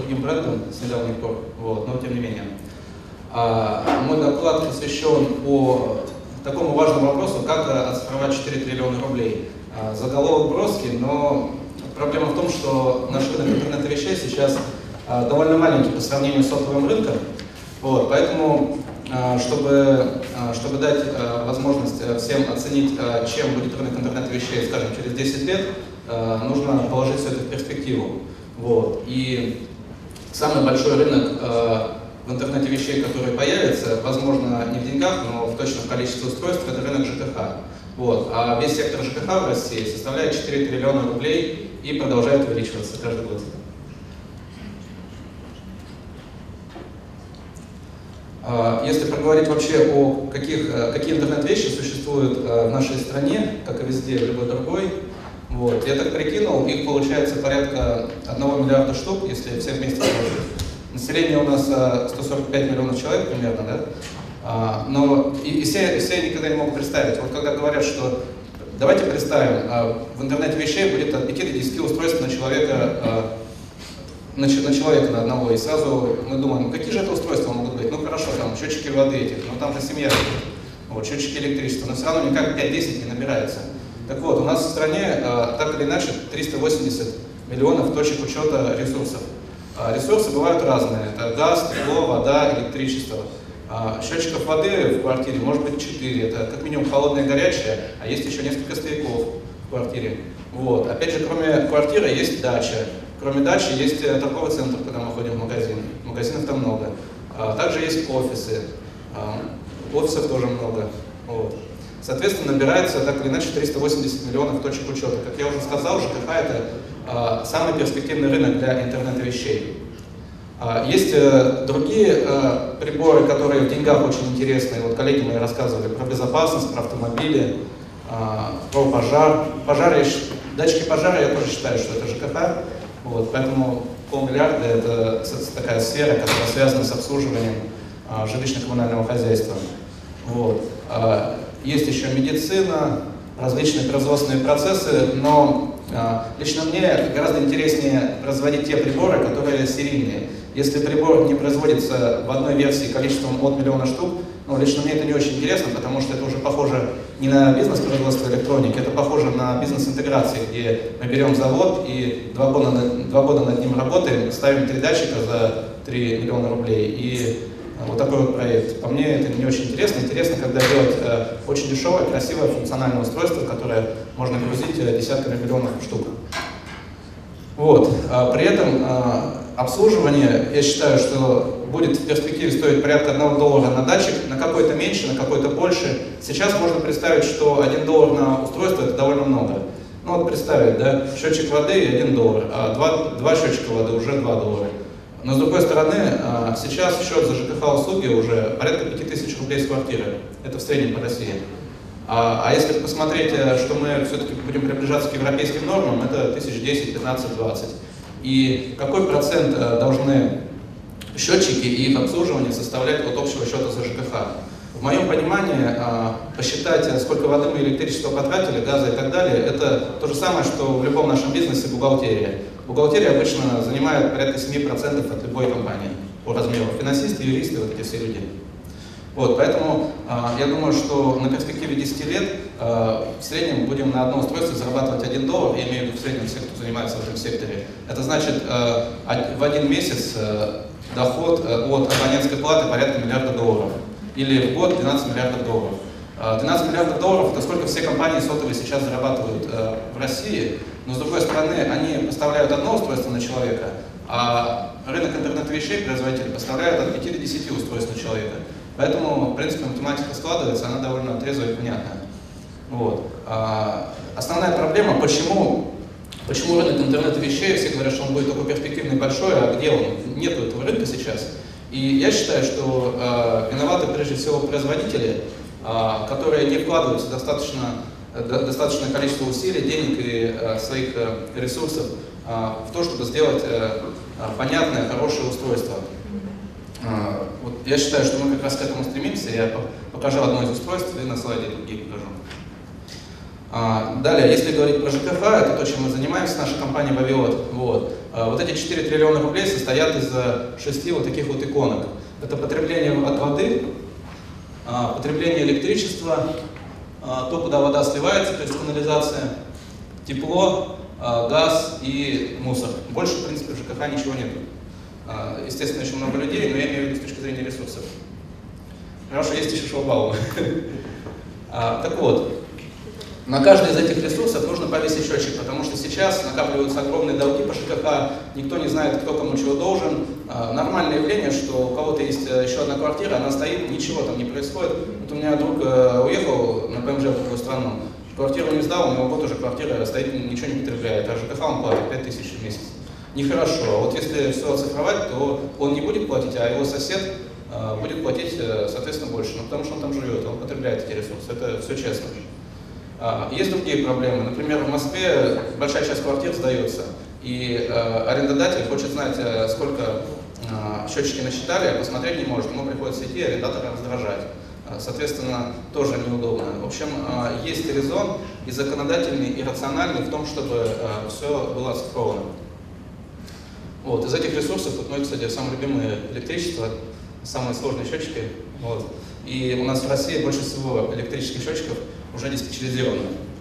другим брендам с недавних пор, вот, но тем не менее. Мой доклад посвящен по такому важному вопросу, как оцифровать 4 триллиона рублей. Заголовок броский, но проблема в том, что наш рынок интернета вещей сейчас довольно маленький по сравнению с сотовым рынком. Вот, поэтому, чтобы дать возможность всем оценить, чем будет рынок интернета вещей, скажем, через 10 лет, нужно положить все это в перспективу. Вот. И самый большой рынок в интернете вещей, который появится, возможно, не в деньгах, но в точном количестве устройств, это рынок ЖКХ. Вот. А весь сектор ЖКХ в России составляет 4 триллиона рублей и продолжает увеличиваться каждый год. Если поговорить вообще о какие интернет-вещи существуют в нашей стране, как и везде, в любой другой, вот, я так прикинул, их получается порядка 1 миллиарда штук, если все вместе сложить. Население у нас 145 миллионов человек примерно, да? Но и все никогда не могут представить. Вот когда говорят, что давайте представим, в интернете вещей будет от 5 до 10 устройств на человека, на человека на одного, и сразу мы думаем, какие же это устройства могут быть? Ну хорошо, там счетчики воды этих, но там же семья, вот, счетчики электричества, но все равно никак 5-10 не набирается. Так вот, у нас в стране так или иначе 380 миллионов точек учета ресурсов. Ресурсы бывают разные, это газ, тепло, вода, электричество. Счетчиков воды в квартире может быть 4, это как минимум холодное и горячее, а есть еще несколько стояков в квартире. Вот. Опять же, кроме квартиры есть дача. Кроме дачи есть торговый центр, когда мы ходим в магазин. Магазинов там много. Также есть офисы. Офисов тоже много. Вот. Соответственно, набирается так или иначе 380 миллионов точек учета. Как я уже сказал, ЖКХ — это самый перспективный рынок для интернета вещей. Есть другие приборы, которые в деньгах очень интересные. Вот коллеги мои рассказывали про безопасность, про автомобили, про пожар. Датчики пожара я тоже считаю, что это ЖКХ. Вот, поэтому полмиллиарда — это такая сфера, которая связана с обслуживанием жилищно-коммунального хозяйства. Вот. Есть еще медицина, различные производственные процессы, но лично мне гораздо интереснее производить те приборы, которые серийные. Если прибор не производится в одной версии количеством от 1 миллиона штук, ну, лично мне это не очень интересно, потому что это уже похоже не на бизнес-производство электроники, это похоже на бизнес-интеграции, где мы берем завод и 2 года над ним работаем, ставим 3 датчика за 3 миллиона рублей, и вот такой вот проект. По мне это не очень интересно. Интересно, когда делать очень дешевое, красивое, функциональное устройство, которое можно грузить десятками миллионов штук. Вот. При этом обслуживание, я считаю, что будет в перспективе стоить порядка $1 на датчик, на какой-то меньше, на какой-то больше. Сейчас можно представить, что $1 на устройство — это довольно много. Ну вот представить, да, счетчик воды $1, а 2 счетчика воды уже $2. Но с другой стороны, сейчас счет за ЖКХ-услуги уже порядка 5000 рублей с квартиры. Это в среднем по России. А если посмотреть, что мы все-таки будем приближаться к европейским нормам, это 1010, 15, 20. И какой процент должны счетчики и их обслуживание составлять от общего счета за ЖКХ? В моем понимании, посчитать, сколько воды мы электричества потратили, газа и так далее, это то же самое, что в любом нашем бизнесе бухгалтерия. Бухгалтерия обычно занимает порядка 7% от любой компании по размеру. Финансисты, юристы, вот эти все люди. Вот, поэтому я думаю, что на перспективе 10 лет в среднем будем на одно устройство зарабатывать $1, я имею в виду в среднем все, кто занимается в этом секторе. Это значит в один месяц доход от абонентской платы порядка $1 миллиарда. Или в год $12 миллиардов. $12 миллиардов — это сколько все компании сотовые сейчас зарабатывают в России. Но с другой стороны, они поставляют одно устройство на человека, а рынок интернет-вещей производитель поставляет от 5 до 10 устройств на человека. Поэтому, в принципе, математика складывается, она довольно трезвая и понятная. Вот. Основная проблема, почему рынок интернет-вещей, все говорят, что он будет такой перспективный и большой, а где он? Нету этого рынка сейчас. И я считаю, что виноваты прежде всего производители, которые не вкладываются достаточное количество усилий, денег и своих ресурсов в то, чтобы сделать понятное, хорошее устройство. Вот я считаю, что мы как раз к этому стремимся. Я покажу одно из устройств и на слайде другие покажу. Далее, если говорить про ЖКХ, это то, чем мы занимаемся, наша компания Вавиот. Вот эти 4 триллиона рублей состоят из 6 вот таких вот иконок. Это потребление от воды, потребление электричества, то, куда вода сливается, то есть канализация, тепло, газ и мусор. Больше, в принципе, в ЖКХ ничего нет. Естественно, еще много людей, но я имею в виду с точки зрения ресурсов. Потому что есть еще шлагбаумы. Так вот, на каждый из этих ресурсов нужно повесить счетчик, потому что сейчас накапливаются огромные долги по ЖКХ, никто не знает, кто кому чего должен. Нормальное явление, что у кого-то есть еще одна квартира, она стоит, ничего там не происходит. Вот у меня друг уехал на ПМЖ в другую страну, квартиру не сдал, у него год уже квартира стоит, ничего не потребляет, а ЖКХ он платит 5000 в месяц. Нехорошо. Вот если все оцифровать, то он не будет платить, а его сосед будет платить, соответственно, больше, ну, потому что он там живет, он потребляет эти ресурсы, это все честно. Есть другие проблемы. Например, в Москве большая часть квартир сдается, и арендодатель хочет знать, сколько счетчики насчитали, а посмотреть не может. Ему приходится идти, арендатора раздражать. Соответственно, тоже неудобно. В общем, есть резон и законодательный, и рациональный в том, чтобы все было оцифровано. Вот. Из этих ресурсов, вот мои, кстати, самые любимые электричество, самые сложные счетчики. Вот. И у нас в России больше всего электрических счетчиков уже диспетчеризировано.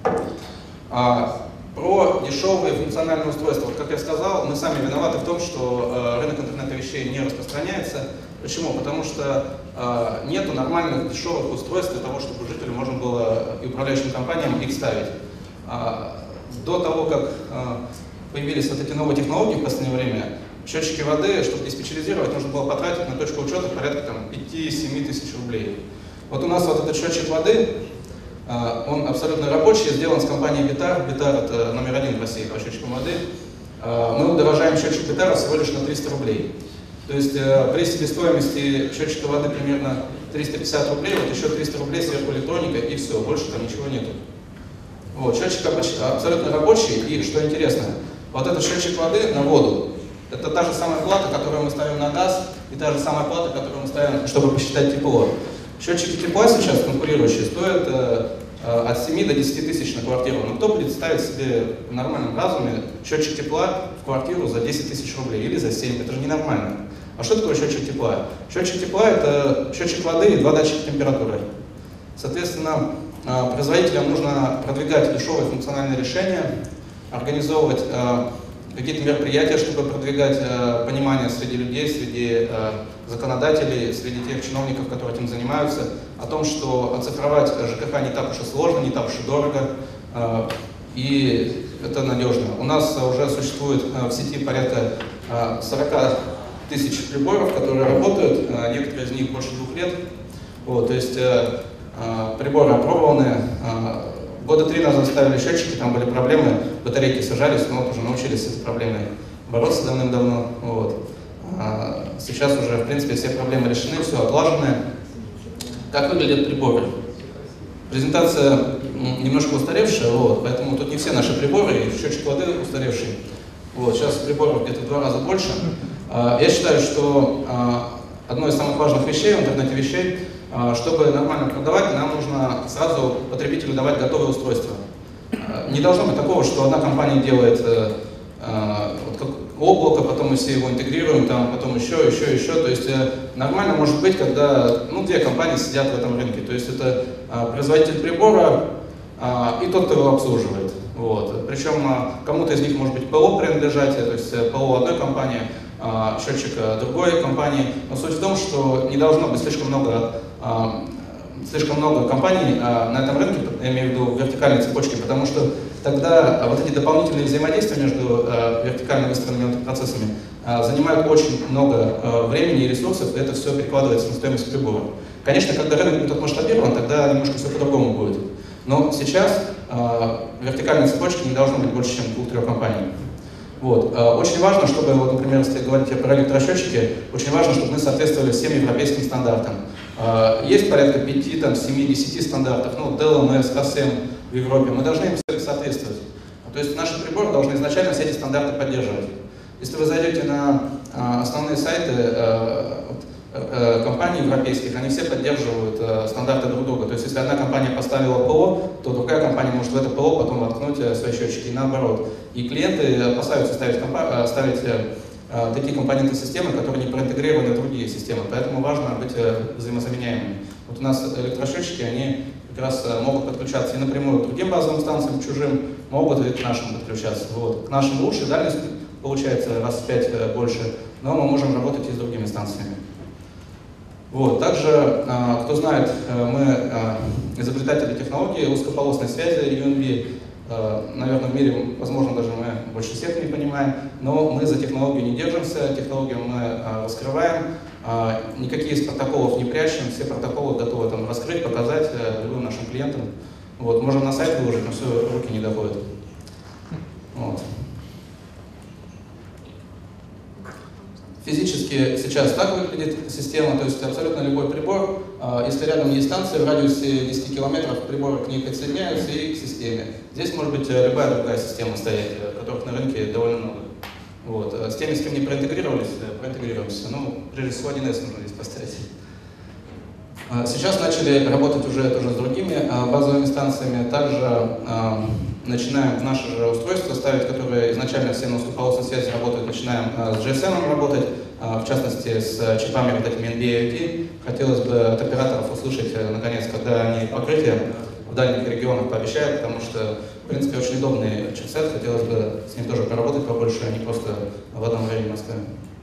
Про дешевые функциональные устройства. Вот, как я сказал, мы сами виноваты в том, что рынок интернета вещей не распространяется. Почему? Потому что нету нормальных дешевых устройств для того, чтобы жителю можно было и управляющим компаниям их ставить. До того, как появились вот эти новые технологии в последнее время, счетчики воды, чтобы диспетчеризировать, нужно было потратить на точку учета порядка 5-7 тысяч рублей. Вот у нас вот этот счетчик воды, он абсолютно рабочий, сделан с компанией Битар. Битар — это номер 1 в России по счетчикам воды. Мы удорожаем счетчик Битара всего лишь на 300 рублей. То есть при себестоимости счетчика воды примерно 350 рублей, вот еще 300 рублей сверху электроника, и все, больше там ничего нету. Вот, счетчик абсолютно рабочий, и что интересно, вот этот счетчик воды на воду, это та же самая плата, которую мы ставим на газ, и та же самая плата, которую мы ставим, чтобы посчитать тепло. Счетчики тепла сейчас конкурирующие стоят от 7 до 10 тысяч на квартиру. Но кто будет ставить себе в нормальном разуме счетчик тепла в квартиру за 10 тысяч рублей или за 7? Это же ненормально. А что такое счетчик тепла? Счетчик тепла — это счетчик воды и 2 датчика температуры. Соответственно, производителям нужно продвигать дешевые функциональные решения, организовывать какие-то мероприятия, чтобы продвигать понимание среди людей, среди законодателей, среди тех чиновников, которые этим занимаются, о том, что оцифровать ЖКХ не так уж и сложно, не так уж и дорого, и это надежно. У нас уже существует в сети порядка 40 тысяч приборов, которые работают, некоторые из них больше 2 лет. Вот, то есть приборы опробованы. Года 3 назад ставили счетчики, там были проблемы, батарейки сажались, но вот уже научились с этой проблемой бороться давным-давно. Вот. Сейчас уже, в принципе, все проблемы решены, все отлажено. Как выглядят приборы? Презентация немножко устаревшая, вот, поэтому тут не все наши приборы, и счетчик воды устаревший. Вот, сейчас приборов где-то в 2 раза больше. Я считаю, что одной из самых важных вещей в интернете вещей, чтобы нормально продавать, нам нужно сразу потребителю давать готовое устройство. Не должно быть такого, что одна компания делает вот как облако, потом мы все его интегрируем, там, потом еще. То есть нормально может быть, когда 2 компании сидят в этом рынке. То есть это производитель прибора и тот, кто его обслуживает. Вот. Причем кому-то из них может быть ПО принадлежать, то есть ПО одной компании, счетчик другой компании. Но суть в том, что не должно быть слишком много компаний на этом рынке, я имею в виду вертикальной цепочки, потому что тогда вот эти дополнительные взаимодействия между вертикально выстроенными процессами занимают очень много времени и ресурсов, и это все перекладывается на стоимость прибора. Конечно, когда рынок будет отмасштабирован, тогда немножко все по-другому будет. Но сейчас вертикальной цепочки не должно быть больше, чем 2-3 компаний. Вот. Очень важно, чтобы, вот, например, если говорить про электросчетчики, очень важно, чтобы мы соответствовали всем европейским стандартам. Есть порядка 5, 7, 10 стандартов, Dell, MS, ASM в Европе, мы должны им всем соответствовать. То есть наши приборы должны изначально все эти стандарты поддерживать. Если вы зайдете на основные сайты компаний, компаний европейских, они все поддерживают стандарты друг друга. То есть если одна компания поставила ПО, то другая компания может в это ПО потом воткнуть свои счетчики и наоборот. И клиенты опасаются ставить такие компоненты системы, которые не проинтегрированы в другие системы. Поэтому важно быть взаимозаменяемыми. Вот у нас электрошетчики, они как раз могут подключаться и напрямую к другим базовым станциям, к чужим, могут и к нашим подключаться. Вот. К нашим лучше, дальность получается раз в 5 больше, но мы можем работать и с другими станциями. Вот. Также, кто знает, мы изобретатели технологии узкополосной связи UNB. Наверное, в мире, возможно, даже мы больше всех не понимаем, но мы за технологию не держимся, технологию мы раскрываем, никакие из протоколов не прячем, все протоколы готовы там раскрыть, показать любым нашим клиентам. Вот. Можем на сайт выложить, но все, руки не доходят. Вот. Физически сейчас так выглядит система, то есть абсолютно любой прибор, если рядом есть станция, в радиусе 10 километров приборы к ней подсоединяются и к системе. Здесь может быть любая другая система стоять, которых на рынке довольно много. Вот. С теми, с кем не проинтегрировались, проинтегрируемся. Ну, прежде всего 1С нужно здесь поставить. Сейчас начали работать уже тоже с другими базовыми станциями. Также начинаем в наши же устройства ставить, которые изначально все на узкополосной связи работают, начинаем с GSM работать, в частности с чипами вот этими NB-IoT. Хотелось бы от операторов услышать, наконец, когда они покрытие в дальних регионах пообещают, потому что, в принципе, очень удобный чипсет, хотелось бы с ним тоже поработать побольше, а не просто в одном районе Москвы.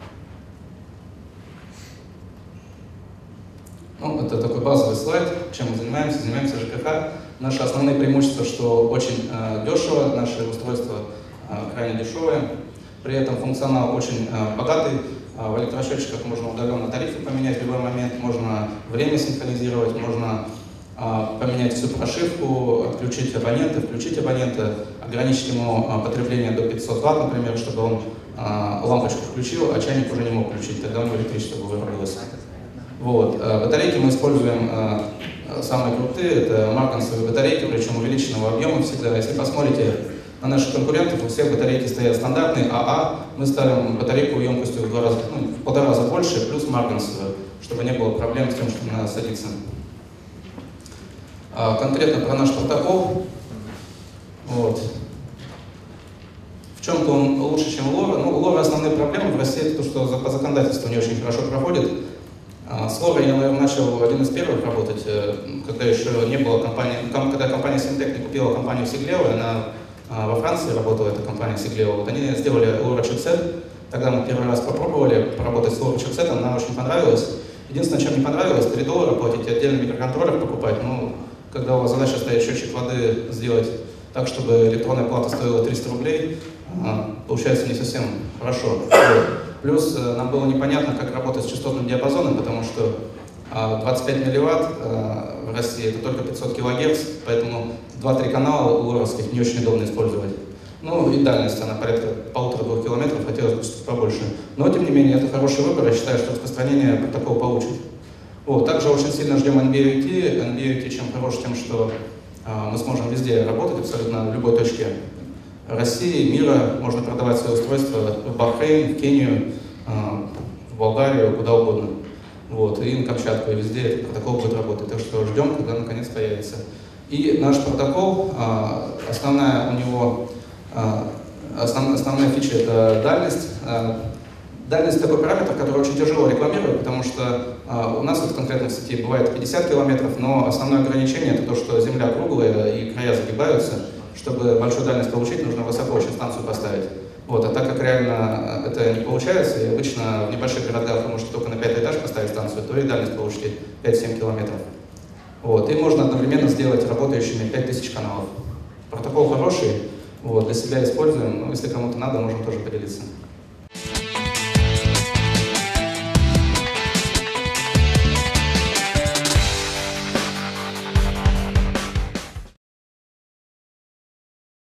Ну, это такой базовый слайд, чем мы занимаемся. Занимаемся ЖКХ. Наши основные преимущества, что очень дешево, наши устройства крайне дешевые, при этом функционал очень богатый. В электросчетчиках можно удаленно тарифы поменять в любой момент, можно время синхронизировать, можно поменять всю прошивку, отключить абонента, включить абонента, ограничить ему потребление до 500 Вт, например, чтобы он лампочку включил, а чайник уже не мог включить, тогда у него электричество бы вырубилось. Вот. Батарейки мы используем самые крутые, это марганцевые батарейки, причем увеличенного объема всегда. Если посмотрите на наших конкурентов, у всех батарейки стоят стандартные АА, мы ставим батарейку емкостью в 1,5 раза больше, плюс марганцевую, чтобы не было проблем с тем, что она садится. Конкретно про наш протокол. Вот. В чем-то он лучше, чем у LoRa. Ну, у LoRa основные проблемы в России это то, что по законодательству не очень хорошо проходит. С LoRa я, наверное, начал один из первых работать, когда еще не было компании, когда компания Syntec не купила компанию Sigleo, она во Франции работала, эта компания Sigleo. Вот они сделали LoRa чипсет, тогда мы первый раз попробовали поработать с LoRa чипсетом, нам очень понравилось. Единственное, чем не понравилось, $3 платить и отдельный микроконтроллер покупать. Ну, когда у вас задача стоит счетчик воды сделать так, чтобы электронная плата стоила 300 рублей, получается не совсем хорошо. Плюс нам было непонятно, как работать с частотным диапазоном, потому что 25 милливатт в России это только 500 килогерц, поэтому 2-3 канала лоровских не очень удобно использовать. Ну и дальность, она порядка 1,5-2 километров, хотелось бы чуть побольше. Но тем не менее, это хороший выбор, я считаю, что распространение протокол получит. Вот. Также очень сильно ждем NB-IoT. NB-IoT чем хорош, тем, что мы сможем везде работать, абсолютно в любой точке России, мира. Можно продавать свои устройства в Бахрейн, в Кению, в Болгарию, куда угодно. Вот. И на Камчатку, и везде этот протокол будет работать. Так что ждем, когда наконец появится. И наш протокол, основная у него, основная фича — это дальность. Дальность — такой параметр, который очень тяжело рекламировать, потому что у нас вот конкретно в сети бывает 50 километров, но основное ограничение — это то, что Земля круглая и края загибаются. Чтобы большую дальность получить, нужно высоко очень станцию поставить. Вот. А так как реально это не получается, и обычно в небольших городах вы можете только на 5-й этаж поставить станцию, то и дальность получите 5-7 километров. Вот. И можно одновременно сделать работающими 5000 каналов. Протокол хороший, вот, для себя используем, но если кому-то надо, можем тоже поделиться.